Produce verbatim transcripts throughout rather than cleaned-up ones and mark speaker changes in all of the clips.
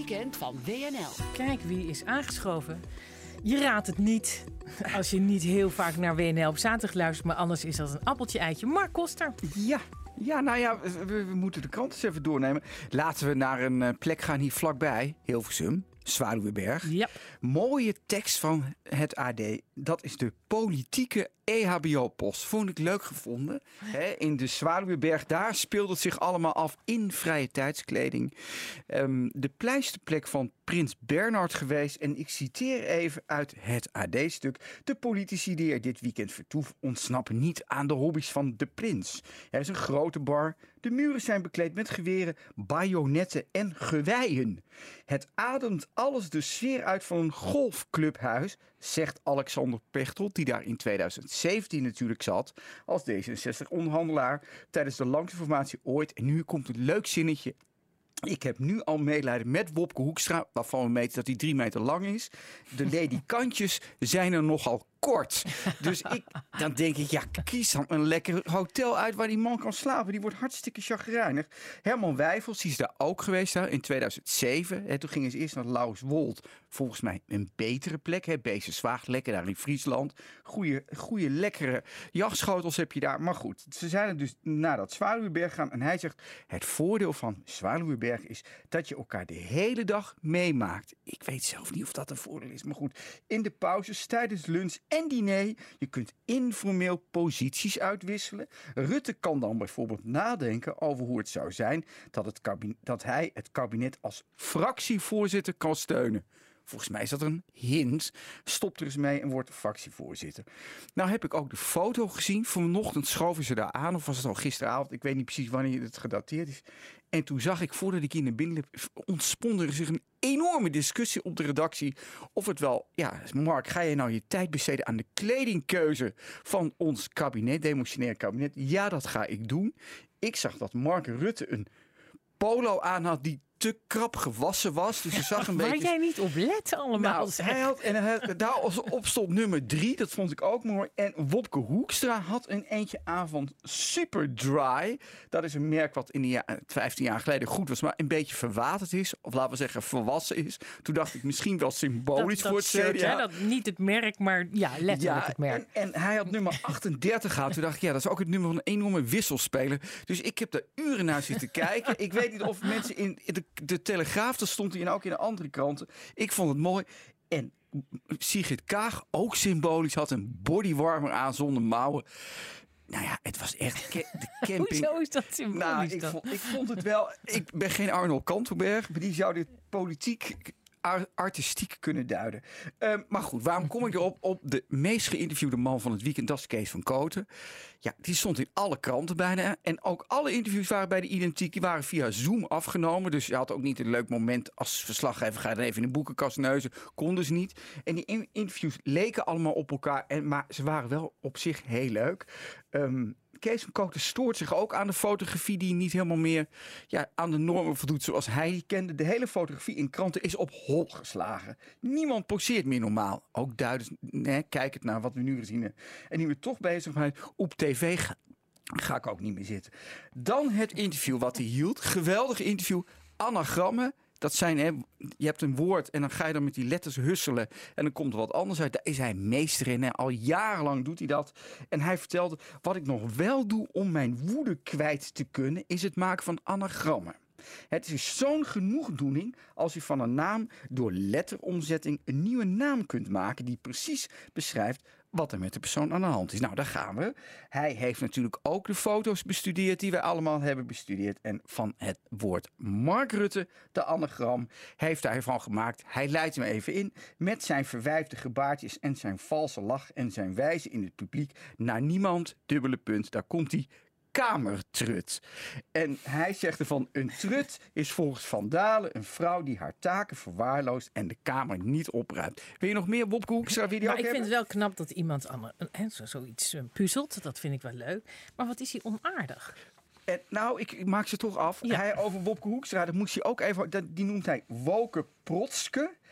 Speaker 1: weekend van W N L.
Speaker 2: Kijk wie is aangeschoven. Je raadt het niet als je niet heel vaak naar W N L op zaterdag luistert. Maar anders is dat een appeltje eitje. Mark Koster.
Speaker 3: Ja. Ja, nou ja, we, we moeten de krant eens even doornemen. Laten we naar een uh, plek gaan hier vlakbij. Hilversum, Zwaluweberg.
Speaker 2: Ja.
Speaker 3: Mooie tekst van het A D. Dat is de politieke E H B O-post. Vond ik leuk gevonden. He, in de Zwaluweberg, daar speelt het zich allemaal af in vrije tijdskleding. Um, de pleisterplek van Prins Bernhard geweest. En ik citeer even uit het A D-stuk. De politici die er dit weekend vertoeven ontsnappen niet aan de hobby's van de prins. Er is een grote bar. De muren zijn bekleed met geweren, bajonetten en geweien. Het ademt alles de sfeer uit van een golfclubhuis, zegt Alexander Pechtold, die daar in tweeduizend zeventien natuurlijk zat als D zesenzestig-onderhandelaar tijdens de langste formatie ooit. En nu komt een leuk zinnetje. Ik heb nu al medelijden met Wopke Hoekstra, waarvan we meten dat hij drie meter lang is. De ledikantjes zijn er nogal kort. Dus ik, dan denk ik, ja, kies dan een lekker hotel uit waar die man kan slapen. Die wordt hartstikke chagrijnig. Herman Wijfels, die is daar ook geweest daar in tweeduizend zeven. He, toen gingen ze eerst naar Lauwerswold. Volgens mij een betere plek. He, Beesterswaag, lekker daar in Friesland. Goeie, goeie lekkere jachtschotels heb je daar. Maar goed, ze zijn er dus naar dat Zwaluweberg gaan. En hij zegt, het voordeel van Zwaluweberg is dat je elkaar de hele dag meemaakt. Ik weet zelf niet of dat een voordeel is. Maar goed, in de pauzes, tijdens lunch en diner. Je kunt informeel posities uitwisselen. Rutte kan dan bijvoorbeeld nadenken over hoe het zou zijn dat, het kabinet, dat hij het kabinet als fractievoorzitter kan steunen. Volgens mij is dat een hint. Stop er eens mee en word fractievoorzitter. Nou heb ik ook de foto gezien. Vanochtend schoven ze daar aan. Of was het al gisteravond? Ik weet niet precies wanneer het gedateerd is. En toen zag ik, voordat ik hier naar binnen liep, ontspon er zich een enorme discussie op de redactie. Of het wel, ja, Mark, ga je nou je tijd besteden aan de kledingkeuze van ons kabinet, demissionair kabinet? Ja, dat ga ik doen. Ik zag dat Mark Rutte een polo aan had die te krap gewassen was. Dus je zag een
Speaker 2: Waar
Speaker 3: beetje...
Speaker 2: jij niet op let allemaal.
Speaker 3: Nou, hij had, en hij, daar als op stond nummer drie. Dat vond ik ook mooi. En Wopke Hoekstra had een eentje aan van Super Dry. Dat is een merk wat in de ja, vijftien jaar geleden goed was, maar een beetje verwaterd is. Of laten we zeggen verwassen is. Toen dacht ik misschien wel symbolisch
Speaker 2: dat,
Speaker 3: voor
Speaker 2: dat
Speaker 3: het
Speaker 2: shirt,
Speaker 3: C D A.
Speaker 2: hè, dat niet het merk, maar ja, letterlijk
Speaker 3: Ja,
Speaker 2: het merk.
Speaker 3: En, en hij had nummer achtendertig gehad. Toen dacht ik, ja, dat is ook het nummer van een enorme wisselspeler. Dus ik heb daar uren naar zitten kijken. Ik weet niet of mensen in de, de Telegraaf, dat stond hij en ook in de andere kranten. Ik vond het mooi. En Sigrid Kaag, ook symbolisch, had een bodywarmer aan zonder mouwen. Nou ja, het was echt ke- de camping.
Speaker 2: Hoezo is dat symbolisch
Speaker 3: Nou, ik
Speaker 2: dan?
Speaker 3: vond, ik vond het wel... Ik ben geen Arnold Kantelberg, maar die zou dit politiek artistiek kunnen duiden. Uh, maar goed, waarom kom ik erop? Op de meest geïnterviewde man van het weekend, dat is Kees van Kooten. Ja, die stond in alle kranten bijna. En ook alle interviews waren bij de identiek. Die waren via Zoom afgenomen. Dus je had ook niet een leuk moment als verslaggever. Ga je dan even in de boekenkast neuzen. Kon dus niet. En die interviews leken allemaal op elkaar. En, maar ze waren wel op zich heel leuk. Um, Kees van Kooten stoort zich ook aan de fotografie die niet helemaal meer ja, aan de normen voldoet zoals hij die kende. De hele fotografie in kranten is op hol geslagen. Niemand poseert meer normaal. Ook duidelijk, nee, kijk het naar wat we nu gezien hebben. En nu we toch bezig zijn op tv ga, ga ik ook niet meer zitten. Dan het interview wat hij hield. Geweldig interview. Anagrammen. Dat zijn, hè, je hebt een woord en dan ga je dan met die letters husselen en dan komt er wat anders uit. Daar is hij meester in. Hè. Al jarenlang doet hij dat. En hij vertelde, wat ik nog wel doe om mijn woede kwijt te kunnen, is het maken van anagrammen. Het is zo'n genoegdoening als je van een naam door letteromzetting een nieuwe naam kunt maken die precies beschrijft wat er met de persoon aan de hand is. Nou, daar gaan we. Hij heeft natuurlijk ook de foto's bestudeerd die wij allemaal hebben bestudeerd. En van het woord Mark Rutte, de anagram, heeft hij ervan gemaakt. Hij leidt hem even in met zijn verwijfde gebaartjes en zijn valse lach en zijn wijze in het publiek naar niemand, dubbele punt, daar komt hij, kamertrut. En hij zegt ervan, een trut is volgens Van Dalen een vrouw die haar taken verwaarloost en de kamer niet opruimt. Wil je nog meer Wopke Hoekstra video
Speaker 2: Maar ik
Speaker 3: hebben?
Speaker 2: vind het wel knap dat iemand allemaal, hè, zo, zoiets uh, puzzelt. Dat vind ik wel leuk. Maar wat is hij onaardig?
Speaker 3: En nou, ik, ik maak ze toch af.
Speaker 2: Ja.
Speaker 3: Hij over Wopke Hoekstra, dat moest hij ook even, dat, die noemt hij Woke Protske.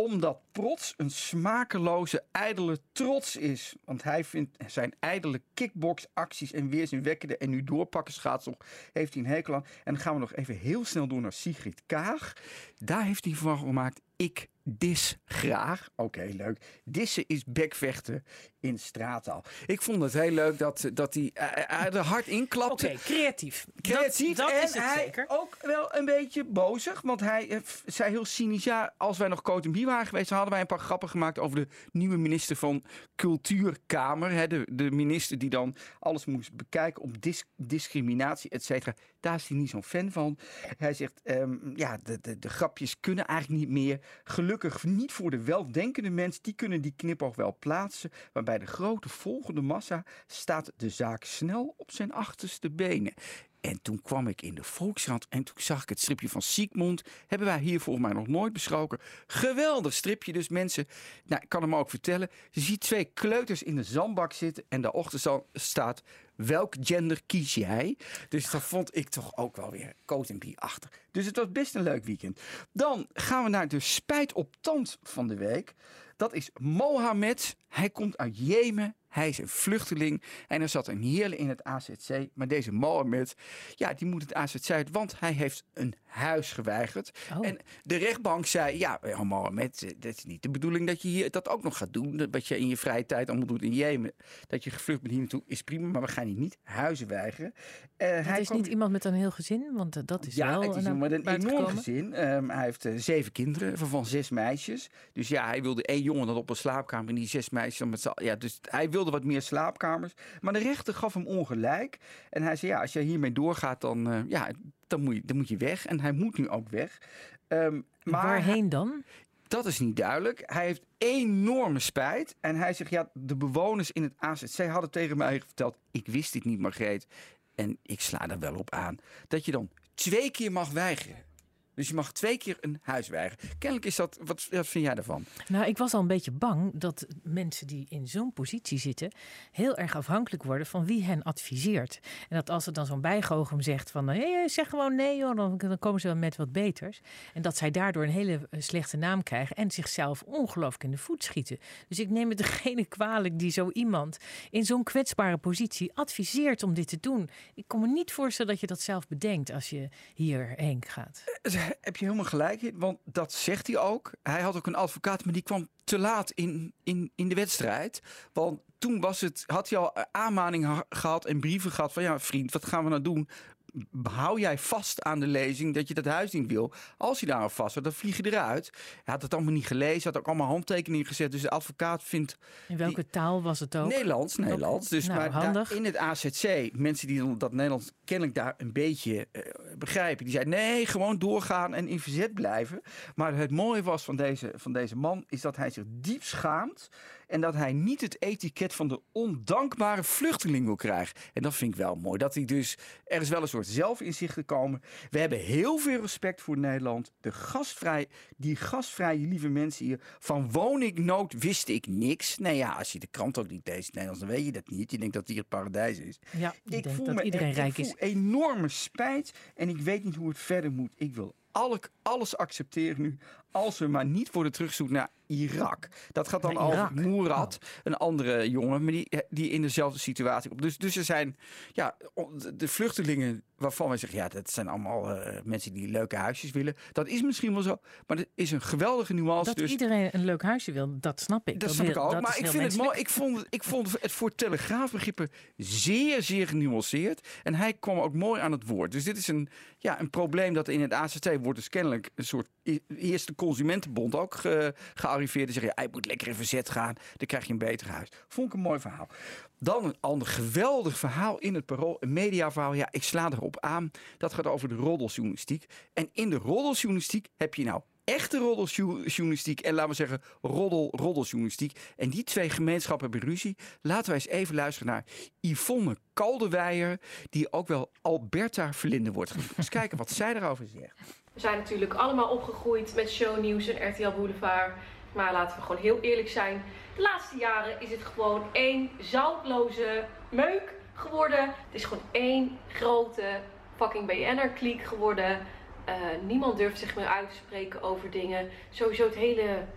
Speaker 3: omdat trots een smakeloze, ijdele trots is. Want hij vindt zijn ijdele kickboxacties en weerzinwekkende en nu doorpakken schaatsel heeft hij een hekel aan. En dan gaan we nog even heel snel door naar Sigrid Kaag. Daar heeft hij van gemaakt: ik dis graag. Oké, okay, leuk. Dissen is bekvechten in straattaal. Ik vond het heel leuk dat, dat hij uh, er hard in klapte.
Speaker 2: Oké, okay, creatief.
Speaker 3: Creatief.
Speaker 2: Dat, dat
Speaker 3: en
Speaker 2: is het
Speaker 3: hij
Speaker 2: zeker.
Speaker 3: Ook wel een beetje bozig. Want hij uh, zei heel cynisch: ja, als wij nog Coat en Bie waren geweest, dan hadden wij een paar grappen gemaakt over de nieuwe minister van Cultuurkamer. Hè, de, de minister die dan alles moest bekijken op dis- discriminatie, et cetera. Daar is hij niet zo'n fan van. Hij zegt, um, ja, de, de, de grapjes kunnen eigenlijk niet meer. Gelukkig niet voor de weldenkende mensen. Die kunnen die knipoog wel plaatsen. Maar bij de grote volgende massa staat de zaak snel op zijn achterste benen. En toen kwam ik in de Volkskrant en toen zag ik het stripje van Siegmund. Hebben wij hier volgens mij nog nooit besproken. Geweldig stripje. Dus mensen, nou, ik kan hem ook vertellen. Je ziet twee kleuters in de zandbak zitten en daarachter staat: welk gender kies jij? Dus dat vond ik toch ook wel weer Coat en Bie achter. Dus het was best een leuk weekend. Dan gaan we naar de spijt op tand van de week. Dat is Mohammed. Hij komt uit Jemen. Hij is een vluchteling en er zat een heerle in het A Z C. Maar deze Mohammed, ja, die moet het A Z C uit, want hij heeft een huis geweigerd. Oh. En de rechtbank zei: ja, Mohammed, dat is niet de bedoeling dat je hier dat ook nog gaat doen. Wat je in je vrije tijd allemaal doet in Jemen. Dat je gevlucht bent hier naartoe is prima, maar we gaan hier niet huizen weigeren.
Speaker 2: Uh, hij is niet iemand met een heel gezin, want uh, dat is
Speaker 3: ja,
Speaker 2: wel...
Speaker 3: Ja, het is met een enorm gezin. Um, hij heeft uh, zeven kinderen, van zes meisjes. Dus ja, hij wilde één jongen dan op een slaapkamer en die zes meisjes dan met z'n allen. Ja, dus hij wilde wat meer slaapkamers. Maar de rechter gaf hem ongelijk. En hij zei: ja, als je hiermee doorgaat, dan, uh, ja, dan, moet je, dan moet je weg. En hij moet nu ook weg. Um, maar
Speaker 2: waarheen dan?
Speaker 3: Dat is niet duidelijk. Hij heeft enorme spijt. En hij zegt: ja, de bewoners in het A Z C hadden tegen mij verteld: ik wist dit niet, Margreet. En ik sla er wel op aan dat je dan twee keer mag weigeren. Dus je mag twee keer een huis weigeren. Kennelijk is dat... Wat, wat vind jij daarvan?
Speaker 2: Nou, ik was al een beetje bang dat mensen die in zo'n positie zitten heel erg afhankelijk worden van wie hen adviseert. En dat als er dan zo'n bijgoochem zegt van: hey, zeg gewoon nee joh, dan, dan komen ze wel met wat beters. En dat zij daardoor een hele slechte naam krijgen en zichzelf ongelooflijk in de voet schieten. Dus ik neem het degene kwalijk die zo iemand in zo'n kwetsbare positie adviseert om dit te doen. Ik kan me niet voorstellen dat je dat zelf bedenkt als je hierheen gaat.
Speaker 3: Heb je helemaal gelijk in, want dat zegt hij ook. Hij had ook een advocaat, maar die kwam te laat in, in, in de wedstrijd. Want toen was het, had hij al aanmaningen gehad en brieven gehad van: ja, vriend, wat gaan we nou doen? Hou jij vast aan de lezing dat je dat huis niet wil? Als je daar al vast zat, dan vlieg je eruit. Hij had het allemaal niet gelezen, had ook allemaal handtekeningen gezet. Dus de advocaat vindt...
Speaker 2: In welke die... taal was het ook?
Speaker 3: Nederlands, Nederlands. Dus
Speaker 2: nou,
Speaker 3: maar
Speaker 2: handig.
Speaker 3: Daar, in het A Z C, mensen die dat Nederlands kennelijk daar een beetje uh, begrijpen, die zeiden: nee, gewoon doorgaan en in verzet blijven. Maar het mooie was van deze, van deze man is dat hij zich diep schaamt en dat hij niet het etiket van de ondankbare vluchteling wil krijgen. En dat vind ik wel mooi. Dat hij dus, er is wel een soort zelfinzicht gekomen. We hebben heel veel respect voor Nederland. De gastvrij, die gastvrije lieve mensen hier. Van woningnood wist ik niks. Nou ja, als je de krant ook niet leest in Nederlands, dan weet je dat niet. Je denkt dat hier het paradijs is.
Speaker 2: Ja, ik, ik denk
Speaker 3: voel
Speaker 2: dat
Speaker 3: me
Speaker 2: iedereen
Speaker 3: echt,
Speaker 2: rijk
Speaker 3: ik
Speaker 2: is.
Speaker 3: Ik voel enorme spijt en ik weet niet hoe het verder moet. Ik wil alle, alles accepteren nu, als we maar niet worden teruggezoekt naar Irak. Dat gaat dan over Moerad, oh. een andere jongen, maar die, die in dezelfde situatie komt. Dus, dus er zijn ja, de vluchtelingen waarvan wij zeggen: ja, dat zijn allemaal uh, mensen die leuke huisjes willen. Dat is misschien wel zo, maar er is een geweldige nuance.
Speaker 2: Dat
Speaker 3: dus,
Speaker 2: iedereen een leuk huisje wil, dat snap ik.
Speaker 3: Dat,
Speaker 2: dat
Speaker 3: snap
Speaker 2: wil,
Speaker 3: ik ook, maar ik vind het mooi. Ik vond, ik vond het voor Telegraafbegrippen zeer, zeer genuanceerd. En hij kwam ook mooi aan het woord. Dus dit is een, ja, een probleem dat in het A Z C wordt dus kennelijk een soort eerste Consumentenbond ook ge, gearriveerd. En zeggen: ja, hij moet lekker in verzet gaan, dan krijg je een beter huis. Vond ik een mooi verhaal. Dan een ander geweldig verhaal in het Parool, een mediaverhaal. Ja, ik sla erop aan. Dat gaat over de roddeljournalistiek. En in de roddeljournalistiek heb je nou echte roddeljournalistiek en laten we zeggen roddel-roddeljournalistiek. En die twee gemeenschappen hebben ruzie. Laten wij eens even luisteren naar Yvonne Kaldewijer, die ook wel Alberta Verlinde wordt genoemd. Eens kijken wat zij daarover zegt.
Speaker 1: We zijn natuurlijk allemaal opgegroeid met shownieuws en R T L Boulevard. Maar laten we gewoon heel eerlijk zijn. De laatste jaren is het gewoon één zoutloze meuk geworden. Het is gewoon één grote fucking B N'er-kliek geworden. Uh, niemand durft zich meer uit te spreken over dingen. Sowieso het hele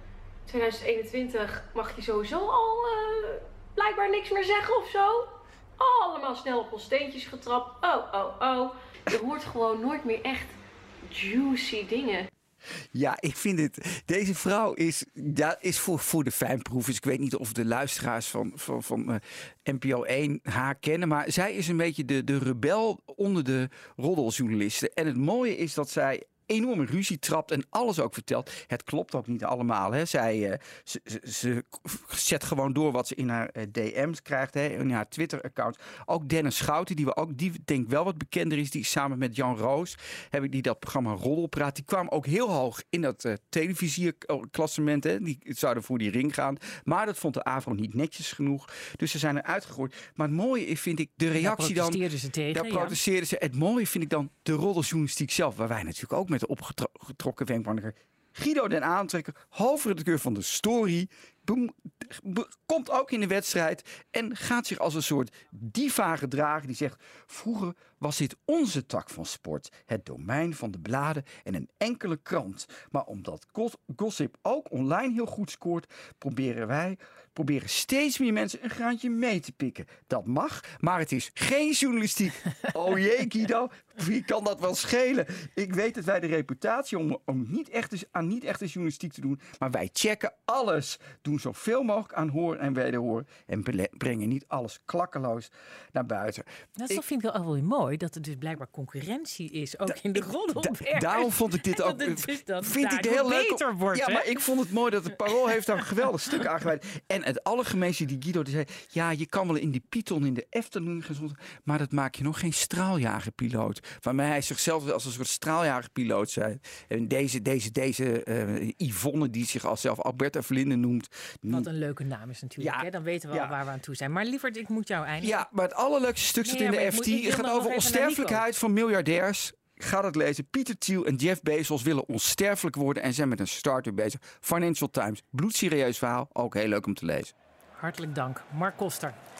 Speaker 1: twintig eenentwintig mag je sowieso al uh, blijkbaar niks meer zeggen of zo. Allemaal snel op ons steentjes getrapt. Oh, oh, oh. Je hoort gewoon nooit meer echt juicy dingen.
Speaker 3: Ja, ik vind het. Deze vrouw is, ja, is voor, voor de fijnproevers. Ik weet niet of de luisteraars van, van, van uh, N P O één haar kennen. Maar zij is een beetje de, de rebel onder de roddeljournalisten. En het mooie is dat zij enorme ruzie trapt en alles ook vertelt. Het klopt ook niet allemaal. Hè. Zij uh, ze, ze, ze zet gewoon door wat ze in haar uh, D M's krijgt, hè, in haar Twitter-account. Ook Dennis Schouten, die we ook, die denk wel wat bekender is, die samen met Jan Roos heb ik die dat programma Roddelpraat. Die kwam ook heel hoog in dat uh, televisieklassement. Hè. Die zouden voor die ring gaan. Maar dat vond de AVRO niet netjes genoeg. Dus ze zijn eruit gegooid. Maar het mooie is, vind ik, de reactie dan.
Speaker 2: Daar protesteerden ze tegen.
Speaker 3: Daar protesteerden ja. ze. Het mooie vind ik dan de roddeljournalistiek zelf, waar wij natuurlijk ook met de opgetrokken wenkbrauwen. Guido den Aantrekker, hoofdredacteur van de Story, be- be- komt ook in de wedstrijd en gaat zich als een soort diva gedragen. Die zegt, vroeger was dit onze tak van sport. Het domein van de bladen en een enkele krant. Maar omdat Gossip ook online heel goed scoort, proberen wij, proberen steeds meer mensen een graantje mee te pikken. Dat mag, maar het is geen journalistiek. Oh jee, Guido, wie kan dat wel schelen? Ik weet dat wij de reputatie om, om niet echte, aan niet echte journalistiek te doen, maar wij checken alles. Doen zoveel mogelijk aan hoor en wederhoor en bele- brengen niet alles klakkeloos naar buiten.
Speaker 2: Dat
Speaker 3: ik,
Speaker 2: vind ik wel wel mooi, dat er dus blijkbaar concurrentie is, ook da, in de roddelwereld.
Speaker 3: Da, daarom vond ik dit ook,
Speaker 2: dus dat
Speaker 3: vind ik heel leuk.
Speaker 2: Beter wordt,
Speaker 3: ja,
Speaker 2: hè?
Speaker 3: maar ik vond het mooi dat het Parool heeft daar een geweldig stuk aangeweid. En het allergemeenste die Guido die zei, ja, je kan wel in die Python in de Efteling gezond, maar dat maak je nog geen straaljagerpiloot. Waarmee hij zichzelf als een soort straaljagerpiloot zei. En deze, deze, deze uh, Yvonne, die zich als zelf Alberta Verlinde noemt.
Speaker 2: Wat een leuke naam is natuurlijk, ja, hè? Dan weten we ja. al waar we aan toe zijn. Maar lieverd, ik moet jou eindigen.
Speaker 3: Ja, maar het allerleukste stuk zit nee, in de F T. Het gaat over onsterfelijkheid van miljardairs. Ga dat lezen. Pieter Thiel en Jeff Bezos willen onsterfelijk worden en zijn met een start-up bezig. Financial Times. Bloedserieus verhaal. Ook heel leuk om te lezen.
Speaker 2: Hartelijk dank. Mark Koster.